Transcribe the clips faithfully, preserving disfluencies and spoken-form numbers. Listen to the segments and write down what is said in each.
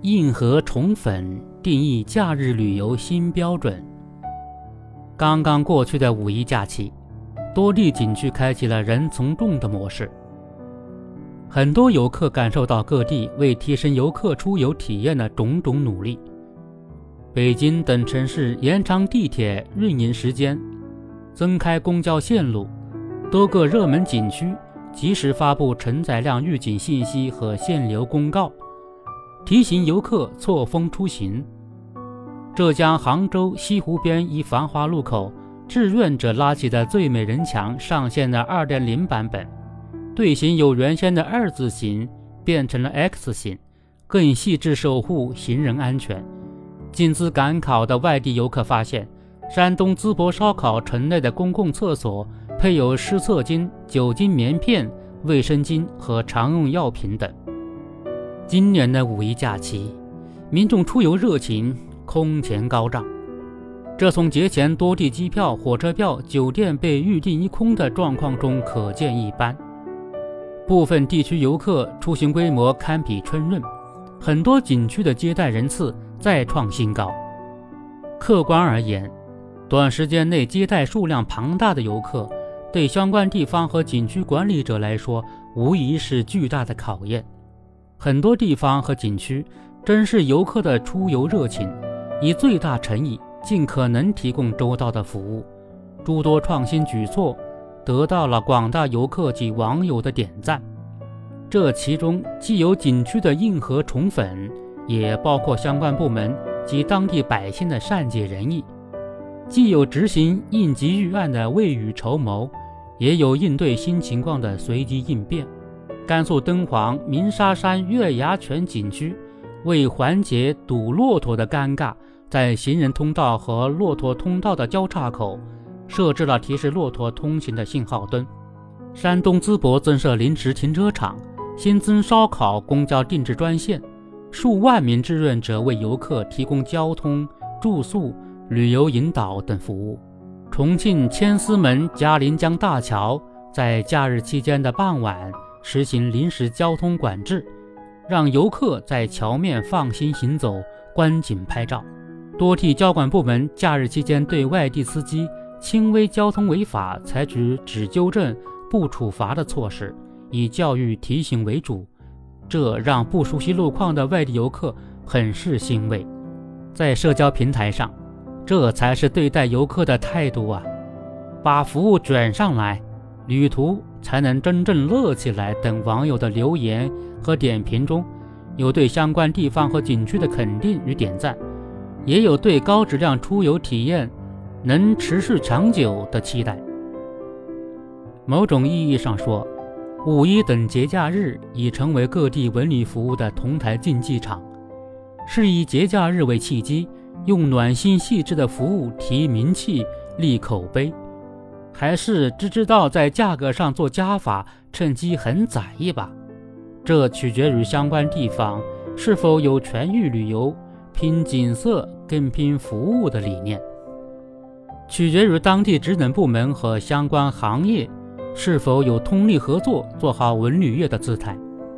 硬核宠粉定义假日旅游新标准。刚刚过去的五一假期，多地景区开启了人从众的模式，很多游客感受到各地为提升游客出游体验的种种努力。北京等城市延长地铁运营时间，增开公交线路，多个热门景区及时发布承载量预警信息和限流公告，提醒游客错峰出行。浙江杭州西湖边一繁华路口，志愿者拉起的最美人墙上线了 二点零 版本，队形由原先的二字形变成了 X 形，更细致守护行人安全。近自赶考的外地游客发现，山东淄博烧烤城内的公共厕所配有湿厕巾、酒精棉片、卫生巾和常用药品等。今年的五一假期，民众出游热情空前高涨，这从节前多地机票、火车票、酒店被预订一空的状况中可见一斑。部分地区游客出行规模堪比春运，很多景区的接待人次再创新高。客观而言，短时间内接待数量庞大的游客，对相关地方和景区管理者来说，无疑是巨大的考验。很多地方和景区珍视游客的出游热情，以最大诚意尽可能提供周到的服务，诸多创新举措得到了广大游客及网友的点赞。这其中既有景区的硬核宠粉，也包括相关部门及当地百姓的善解人意，既有执行应急预案的未雨绸缪，也有应对新情况的随机应变。甘肃敦煌鸣沙山月牙泉景区为缓解堵骆驼的尴尬，在行人通道和骆驼通道的交叉口设置了提示骆驼通行的信号灯。山东淄博增设临时停车场，新增烧烤公交定制专线，数万名志愿者为游客提供交通、住宿、旅游引导等服务。重庆千丝门嘉陵江大桥在假日期间的傍晚实行临时交通管制，让游客在桥面放心行走、观景拍照。多地交管部门假日期间对外地司机轻微交通违法采取只纠正不处罚的措施，以教育提醒为主，这让不熟悉路况的外地游客很是欣慰。在社交平台上，这才是对待游客的态度啊！把服务卷上来，旅途才能真正乐起来等网友的留言和点评中，有对相关地方和景区的肯定与点赞，也有对高质量出游体验能持续长久的期待。某种意义上说，五一等节假日已成为各地文旅服务的同台竞技场，是以节假日为契机，用暖心细致的服务提名气、立口碑，还是只知道在价格上做加法，趁机狠宰一把？这取决于相关地方是否有全域旅游、拼景色更拼服务的理念，取决于当地职能部门和相关行业是否有通力合作，做好文旅业的姿态。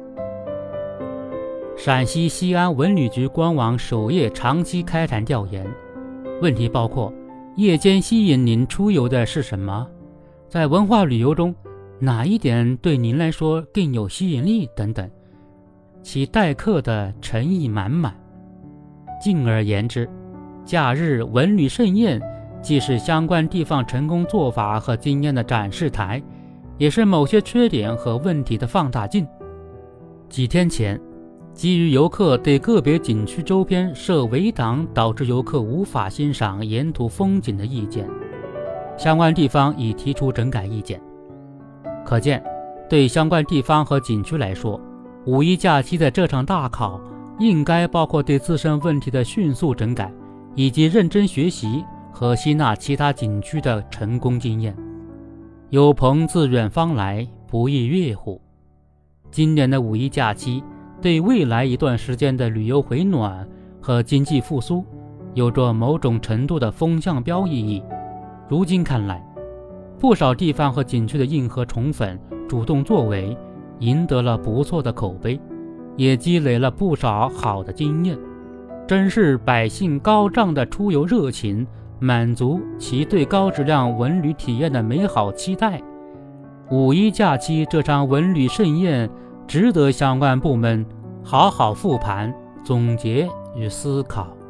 陕西西安文旅局官网首页长期开展调研，问题包括夜间吸引您出游的是什么？在文化旅游中，哪一点对您来说更有吸引力等等，其待客的诚意满满。进而言之，假日文旅盛宴既是相关地方成功做法和经验的展示台，也是某些缺点和问题的放大镜。几天前，基于游客对个别景区周边设围挡导致游客无法欣赏沿途风景的意见，相关地方已提出整改意见。可见，对相关地方和景区来说，五一假期的这场大考应该包括对自身问题的迅速整改，以及认真学习和吸纳其他景区的成功经验。有朋自远方来，不亦乐乎。今年的五一假期对未来一段时间的旅游回暖和经济复苏有着某种程度的风向标意义。如今看来，不少地方和景区的硬核宠粉主动作为赢得了不错的口碑， 也积累了不少好的经验，真是百姓高涨的出游热情，满足其对高质量文旅体验的美好期待。五一假期这场文旅盛宴，值得相关部门好好复盘、总结与思考。